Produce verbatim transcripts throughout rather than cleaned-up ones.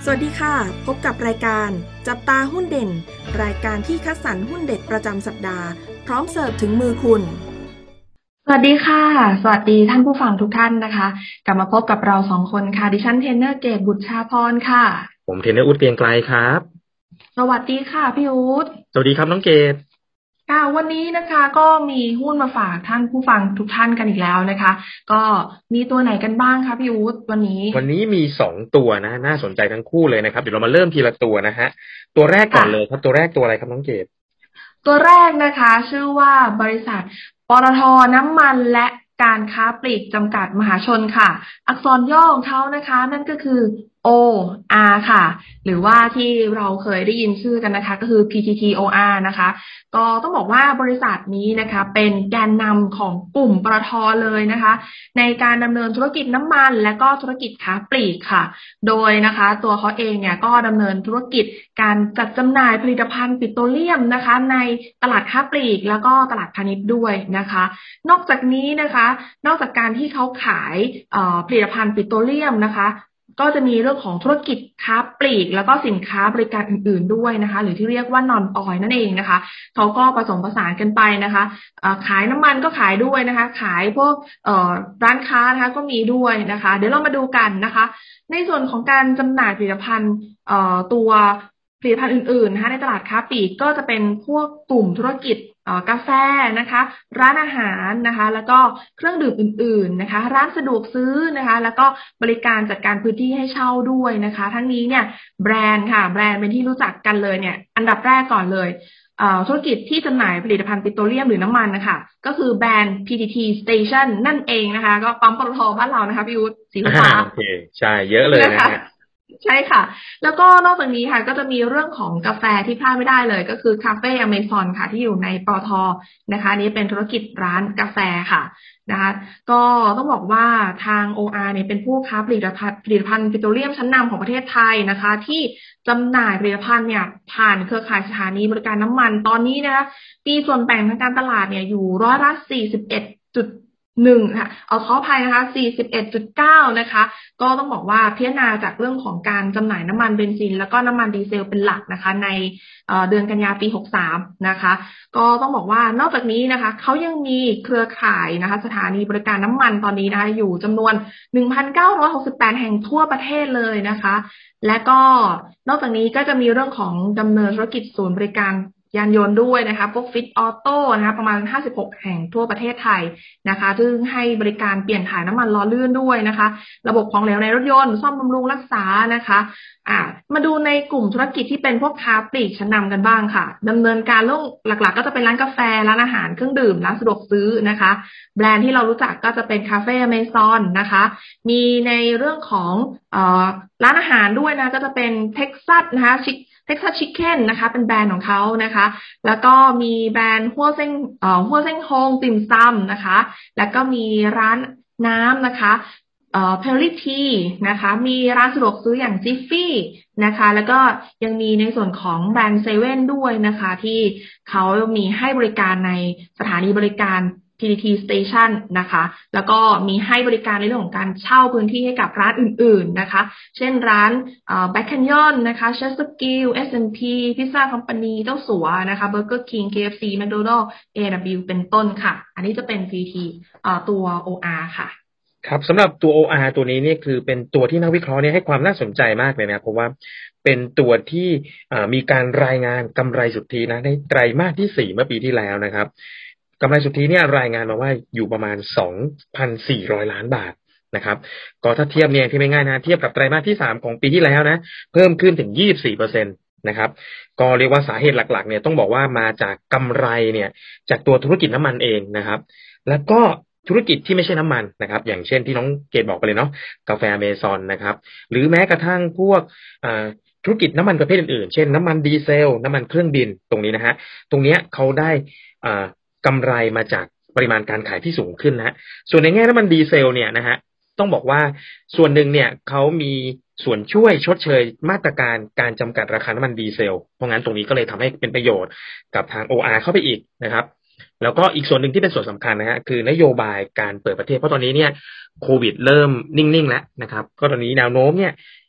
สวัสดีค่ะพบกับรายการจับตาหุ้นเด่นรายการที่คัดสรรหุ้นเด็ดประจำสัปดาห์พร้อมเสิร์ฟถึงมือคุณสวัสดีค่ะสวัสดีท่านผู้ฟังทุกท่านนะคะกลับมาพบกับเราสองคนค่ะดิฉันเทรนเนอร์เกตบุตรชาพรค่ะผมเทรนเนอร์อุ๊ดเกรียงไกรครับสวัสดีค่ะพี่อู๊ดสวัสดีครับน้องเกดค่ะวันนี้นะคะก็มีหุ้นมาฝากท่านผู้ฟังทุกท่านกันอีกแล้วนะคะก็มีตัวไหนกันบ้างคะพี่อู๊ดวันนี้วันนี้มีสองตัวนะน่าสนใจทั้งคู่เลยนะครับเดี๋ยวเรามาเริ่มทีละตัวนะฮะตัวแรกก่อนเลยครับตัวแรกตัวอะไรครับน้องเกดตัวแรกนะคะชื่อว่าบริษัทปตท.น้ำมันและการค้าปลีกจำกัดมหาชนค่ะอักษรย่อของเขานะคะนั่นก็คือ โอ อาร์ ค่ะหรือว่าที่เราเคยได้ยินชื่อกันนะคะก็คือ พี ที ที โอ อาร์ นะคะก็ต้องบอกว่าบริษัทนี้นะคะเป็นแกนนำของกลุ่มปตท.เลยนะคะในการดำเนินธุรกิจน้ำมันและก็ธุรกิจค้าปลีกค่ะโดยนะคะตัวเขาเองเนี่ยก็ดำเนินธุรกิจการจัดจำหน่ายผลิตภัณฑ์ปิโตรเลียมนะคะในตลาดค้าปลีกแล้วก็ตลาดพาณิชย์ด้วยนะคะนอกจากนี้นะคะนอกจากการที่เขาขายผลิตภัณฑ์ปิโตรเลียมนะคะก็จะมีเรื่องของธุรกิจค้าปลีกแล้วก็สินค้าบริการอื่นๆด้วยนะคะหรือที่เรียกว่านอนออยล์นั่นเองนะคะเขาก็ผสมผสานกันไปนะคะขายน้ำมันก็ขายด้วยนะคะขายพวกร้านค้านะคะก็มีด้วยนะคะเดี๋ยวเรามาดูกันนะคะในส่วนของการจำหน่ายผลิตภัณฑ์ตัวผลิตภัณฑ์อื่นๆนะคะในตลาดค้าปลีกก็จะเป็นพวกกลุ่มธุรกิจกาแฟนะคะร้านอาหารนะคะแล้วก็เครื่องดื่มอื่นๆนะคะร้านสะดวกซื้อนะคะแล้วก็บริการจัดการพื้นที่ให้เช่าด้วยนะคะทั้งนี้เนี่ยแบรนด์ค่ะแบรนด์เป็นที่รู้จักกันเลยเนี่ยอันดับแรกก่อนเลยธุรกิจที่จำหน่ายผลิตภัณฑ์ปิโตรเลียมหรือน้ำมันนะคะก็คือแบรนด์ พี ที ที Station นั่นเองนะคะก็ปั๊มปตท.บ้านเรานะคะพี่ยุทธสีฟ้าโอเคใช่เยอะเลยนะฮะใช่ค่ะแล้วก็นอกจากนี้ค่ะก็จะมีเรื่องของกาแฟที่พลาดไม่ได้เลยก็คือคาเฟ่อเมซอนค่ะที่อยู่ในปตท.นะคะนี้เป็นธุรกิจร้านกาแฟค่ะนะคะก็ต้องบอกว่าทาง โอ อาร์ เนี่ยเป็นผู้ค้าผลิตภัณฑ์ผลิตภัณฑ์ปิโตรเลียมชั้นนำของประเทศไทยนะคะที่จำหน่ายผลิตภัณฑ์เนี่ยผ่านเครือข่ายสถานีบริการน้ำมันตอนนี้นะคะมีส่วนแบ่งทางการตลาดเนี่ยอยู่ร้อยละสี่สิบเอ็ดจุดหนึ่งค่ะเอาขออภัยนะคะ สี่สิบเอ็ดจุดเก้า นะคะก็ต้องบอกว่าพิจารณาจากเรื่องของการจำหน่ายน้ำมันเบนซินแล้วก็น้ำมันดีเซลเป็นหลักนะคะในเดือนกันยายนปีหกสามนะคะก็ต้องบอกว่านอกจากนี้นะคะเขายังมีเครือข่ายนะคะสถานีบริการน้ำมันตอนนี้นะคะอยู่จำนวน หนึ่งพันเก้าร้อยหกสิบแปด แห่งทั่วประเทศเลยนะคะและก็นอกจากนี้ก็จะมีเรื่องของดำเนินธุรกิจศูนย์บริการยานยนต์ด้วยนะคะพวกฟิตออโต้นะคะประมาณห้าสิบหกแห่งทั่วประเทศไทยนะคะซึ่งให้บริการเปลี่ยนถ่ายน้ำมันล้อลื่นด้วยนะคะระบบของเหลวในรถยนต์ซ่อมบำรุงรักษานะคะอ่ามาดูในกลุ่มธุรกิจที่เป็นพวกค้าปลีกชั้นนำกันบ้างค่ะดำเนินการเรื่องหลักๆก็จะเป็นร้านกาแฟร้านอาหารเครื่องดื่มร้านสะดวกซื้อนะคะแบรนด์ที่เรารู้จักก็จะเป็นคาเฟ่อเมซอนนะคะมีในเรื่องของเอ่อร้านอาหารด้วยนะก็จะเป็นเท็กซัสนะคะชิคเท็กซัสชิคเก้นนะคะเป็นแบรนด์ของเขานะคะแล้วก็มีแบรนด์ฮั่วเซ่งเอ่อฮั่วเซ่งฮงติ่มซำนะคะแล้วก็มีร้านน้ำนะคะเอ่อเพลลี่ทีนะคะมีร้านสะดวกซื้ออย่างจิฟฟี่นะคะแล้วก็ยังมีในส่วนของแบรนด์เซเว่นด้วยนะคะที่เขามีให้บริการในสถานีบริการพี ที ที Station นะคะแล้วก็มีให้บริการในเรื่องของการเช่าพื้นที่ให้กับร้านอื่นๆนะคะเช่นร้านแบ็คแคนยอนนะคะเชสเตอร์กิล เอส แอนด์ พี พิซซ่าคอมพานีเจ้าสัวนะคะเบอร์เกอร์คิง เค เอฟ ซี แมคโดนัลด์ เอ ดับเบิลยู เป็นต้นค่ะอันนี้จะเป็น พี ที ตัว โอ อาร์ ค่ะครับสำหรับตัว โอ อาร์ ตัวนี้เนี่ยคือเป็นตัวที่นักวิเคราะห์เนี่ยให้ความน่าสนใจมากเลยนะเพราะว่าเป็นตัวที่มีการรายงานกำไรสุทธินะในไตรมาสที่สี่เมื่อปีที่แล้วนะครับกำไรสุทธิเนี่ยรายงานมาว่าอยู่ประมาณ สองพันสี่ร้อย ล้านบาทนะครับก็ถ้าเทียบเนี่ยที่ไม่ง่ายนะเทียบกับไตรมาสที่สามของปีที่แล้วนะเพิ่มขึ้นถึง ยี่สิบสี่เปอร์เซ็นต์ นะครับก็เรียกว่าสาเหตุหลักๆเนี่ยต้องบอกว่ามาจากกำไรเนี่ยจากตัวธุรกิจน้ำมันเองนะครับแล้วก็ธุรกิจที่ไม่ใช่น้ำมันนะครับอย่างเช่นที่น้องเกดบอกไปเลยเนาะกาแฟอเมซอนนะครับหรือแม้กระทั่งพวกธุรกิจน้ำมันประเภทอื่นๆเช่นน้ำมันดีเซลน้ำมันเครื่องบินตรงนี้นะฮะตรงนี้เขาได้กำไรมาจากปริมาณการขายที่สูงขึ้นนะส่วนในแง่น้ำมันดีเซลเนี่ยนะฮะต้องบอกว่าส่วนหนึ่งเนี่ยเขามีส่วนช่วยชดเชยมาตรการการจำกัดราคาน้ำมันดีเซลเพราะงั้นตรงนี้ก็เลยทำให้เป็นประโยชน์กับทาง โอ อาร์ เข้าไปอีกนะครับแล้วก็อีกส่วนหนึ่งที่เป็นส่วนสำคัญนะฮะคือนโยบายการเปิดประเทศเพราะตอนนี้เนี่ยโควิดเริ่มนิ่งๆแล้วนะครับก็ตอนนี้แนวโน้มเนี่ย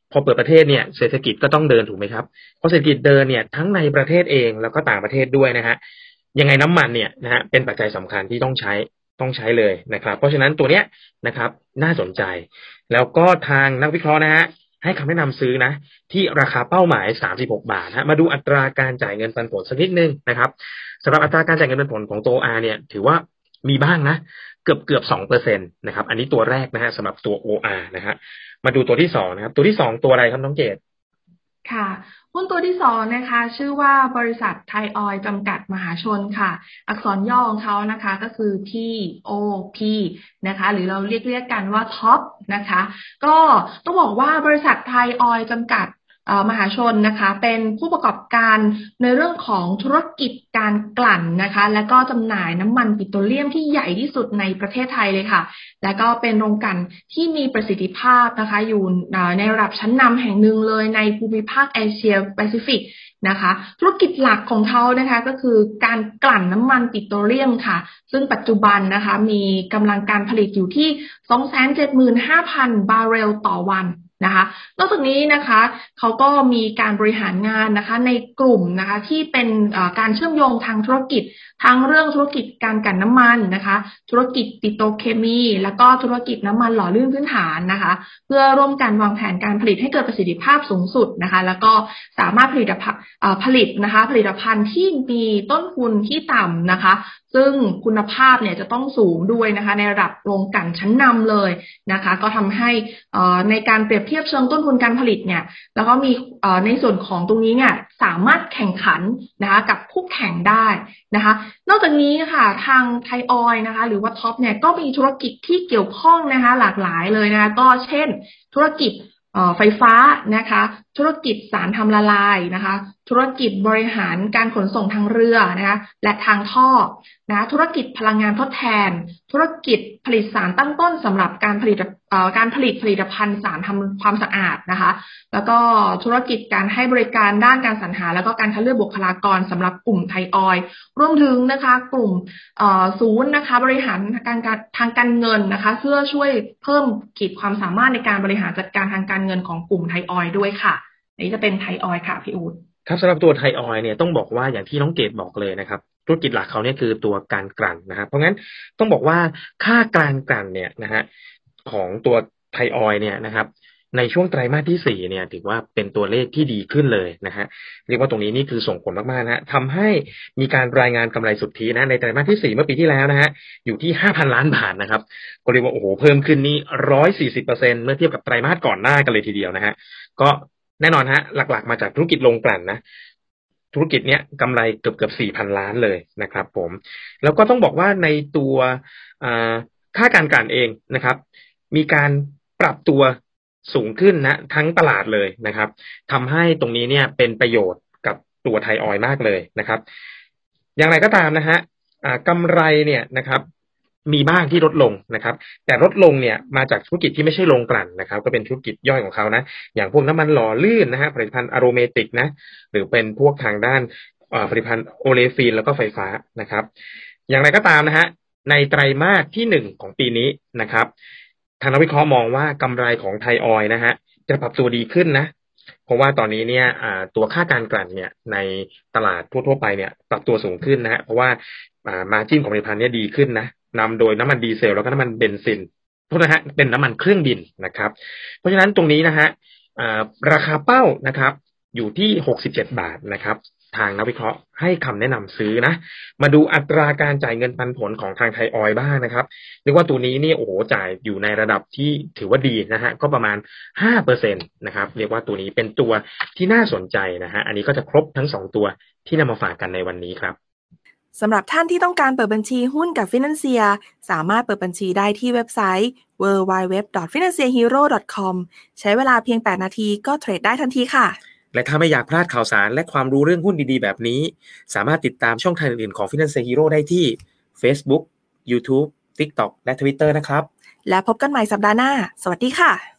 พอเปิดประเทศเนี่ยเศรษฐกิจก็ต้องเดินถูกไหมครับพอเศรษฐกิจเดินเนี่ยทั้งในประเทศเองแล้วก็ต่างประเทศด้วยนะฮะยังไงน้ำมันเนี่ยนะฮะเป็นปัจจัยสำคัญที่ต้องใช้ต้องใช้เลยนะครับเพราะฉะนั้นตัวเนี้ยนะครับน่าสนใจแล้วก็ทางนักวิเคราะห์นะฮะให้คำแนะนำซื้อนะที่ราคาเป้าหมายสามสิบหกบาทฮะมาดูอัตราการจ่ายเงินปันผลสักนิดนึงนะครับสำหรับอัตราการจ่ายเงินปันผลของตัว อาร์ เนี่ยถือว่ามีบ้างนะเกือบเกือบสองเปอร์เซ็นต์นะครับอันนี้ตัวแรกนะฮะสำหรับตัว โอ อาร์ นะฮะมาดูตัวที่สองนะครับตัวที่สองตัวอะไรครับน้องเกดค่ะหุ้นตัวที่สองนะคะชื่อว่าบริษัทไทยออยล์จำกัดมหาชนค่ะอักษรย่อของเขานะคะก็คือ ที โอ พี นะคะหรือเราเรียกเรียกกันว่าท็อปนะคะก็ต้องบอกว่าบริษัทไทยออยล์จำกัดมหาชนนะคะเป็นผู้ประกอบการในเรื่องของธุรกิจการกลั่นนะคะและก็จำหน่ายน้ำมันปิโตรเลียมที่ใหญ่ที่สุดในประเทศไทยเลยค่ะและก็เป็นโรงกลั่นที่มีประสิทธิภาพนะคะอยู่ในระดับชั้นนำแห่งหนึ่งเลยในภูมิภาคเอเชียแปซิฟิกนะคะธุรกิจหลักของเขานะคะก็คือการกลั่นน้ำมันปิโตรเลียมค่ะซึ่งปัจจุบันนะคะมีกำลังการผลิตอยู่ที่ สองแสนเจ็ดหมื่นห้าพัน บาร์เรลต่อวันนะคะนอกจากนี้นะคะเขาก็มีการบริหารงานนะคะในกลุ่มนะคะที่เป็นการเชื่อมโยงทางธุรกิจทั้งเรื่องธุรกิจการกลั่นน้ำมันนะคะธุรกิจปิโตรเคมีแล้วก็ธุรกิจน้ำมันหล่อลื่นพื้นฐานนะคะเพื่อร่วมกันวางแผนการผลิตให้เกิดประสิทธิภาพสูงสุดนะคะแล้วก็สามารถผลิตภัณฑ์ผลิตนะคะผลิตภัณฑ์ที่มีต้นทุนที่ต่ำนะคะซึ่งคุณภาพเนี่ยจะต้องสูงด้วยนะคะในระดับโรงกลั่นชั้นนำเลยนะคะก็ทำให้ในการเปรียบเทียบเชิงต้นทุนการผลิตเนี่ยแล้วก็มีในส่วนของตรงนี้เนี่ยสามารถแข่งขันนะคะกับคู่แข่งได้นะคะนอกจากนี้ค่ะทางไทยออยล์นะคะหรือว่าท็อปเนี่ยก็มีธุรกิจที่เกี่ยวข้องนะคะหลากหลายเลยนะคะก็เช่นธุรกิจไฟฟ้านะคะธุรกิจสารทำละลายนะคะธุรกิจบริหารการขนส่งทางเรือนะคะและทางท่อนะธุรกิจพลังงานทดแทนธุรกิจผลิตสารตั้งต้นสำหรับการผลิตการผลิตผลิตภัณฑ์สารทำความสะอาดนะคะแล้วก็ธุรกิจการให้บริการด้านการสรรหาแล้วก็การคัดเลือกบุคลากรสำหรับกลุ่มไทยออยล์รวมถึงนะคะกลุ่มศูนย์นะคะบริหารการทางการเงินนะคะเพื่อช่วยเพิ่มขีดความสามารถในการบริหารจัดการทางการเงินของกลุ่มไทยออยล์ด้วยค่ะนี่จะเป็นไทยออยล์ค่ะพี่อู๊ดครับสำหรับตัวไทยออยล์เนี่ยต้องบอกว่าอย่างที่น้องเกดบอกเลยนะครับธุรกิจหลักเขาเนี่ยคือตัวการกลั่นนะครับเพราะงั้นต้องบอกว่าค่าการกลั่นเนี่ยนะฮะของตัวไทยออยล์เนี่ยนะครับในช่วงไตรมาสที่สี่เนี่ยถือว่าเป็นตัวเลขที่ดีขึ้นเลยนะฮะเรียกว่าตรงนี้นี่คือส่งผลมากๆนะทำให้มีการรายงานกำไรสุทธินะในไตรมาสที่สี่เมื่อปีที่แล้วนะฮะอยู่ที่ ห้าพัน ล้านบาทนะครับก็เรียกว่าโอ้โหเพิ่มขึ้นนี่ หนึ่งร้อยสี่สิบเปอร์เซ็นต์ เมื่อเทียบกับไตรมาสก่อนหน้ากันเลยทีเดียวนะฮะก็แน่นอนฮะหลักๆมาจากธุรกิจโรงกลั่นนะธุรกิจเนี้ยกำไรเกือบเกือบ สี่พัน ล้านเลยนะครับผมแล้วก็ต้องบอกว่าในตัวค่าการกลั่นเองนะครับมีการปรับตัวสูงขึ้นนะทั้งตลาดเลยนะครับทำให้ตรงนี้เนี่ยเป็นประโยชน์กับตัวไทยออยล์มากเลยนะครับอย่างไรก็ตามนะฮะกำไรเนี่ยนะครับมีบ้างที่ลดลงนะครับแต่ลดลงเนี่ยมาจากธุรกิจที่ไม่ใช่โรงกลั่นนะครับก็เป็นธุรกิจย่อยของเขานะอย่างพวกน้ำมันหล่อลื่นนะฮะผลิตภัณฑ์อะโรเมติกนะหรือเป็นพวกทางด้านผลิตภัณฑ์โอเลฟีนแล้วก็ไฟฟ้านะครับอย่างไรก็ตามนะฮะในไตรมาสที่หนึ่งของปีนี้นะครับทางนักวิเคราะห์มองว่ากำไรของไทยออยล์นะฮะจะปรับตัวดีขึ้นนะเพราะว่าตอนนี้เนี่ยตัวค่าการกลั่นเนี่ยในตลาดทั่วๆไปเนี่ยปรับตัวสูงขึ้นนะฮะเพราะว่ามาร์จิ้นของผลิตภัณฑ์เนี่ยดีขึ้นนะนำโดยน้ำมันดีเซลแล้วก็น้ำมันเบนซินโทษนะฮะเป็นน้ำมันเครื่องบินนะครับเพราะฉะนั้นตรงนี้นะฮะราคาเป้านะครับอยู่ที่หกสิบเจ็ดบาทนะครับทางนักวิเคราะห์ให้คำแนะนำซื้อนะมาดูอัตราการจ่ายเงินปันผลของทางไทยออยล์บ้างนะครับเรียกว่าตัวนี้นี่โอ้โหจ่ายอยู่ในระดับที่ถือว่าดีนะฮะก็ประมาณ ห้าเปอร์เซ็นต์ นะครับเรียกว่าตัวนี้เป็นตัวที่น่าสนใจนะฮะอันนี้ก็จะครบทั้งสองตัวที่นำมาฝากกันในวันนี้ครับสำหรับท่านที่ต้องการเปิดบัญชีหุ้นกับ Financier สามารถเปิดบัญชีได้ที่เว็บไซต์ ดับเบิลยู ดับเบิลยู ดับเบิลยู ดอท ฟินแลนเซียฮีโร่ ดอท คอม ใช้เวลาเพียงแปดนาทีก็เทรดได้ทันทีค่ะและถ้าไม่อยากพลาดข่าวสารและความรู้เรื่องหุ้นดีๆแบบนี้สามารถติดตามช่องทางอื่นๆของ Financier Hero ได้ที่ Facebook YouTube TikTok และ Twitter นะครับและพบกันใหม่สัปดาห์หน้าสวัสดีค่ะ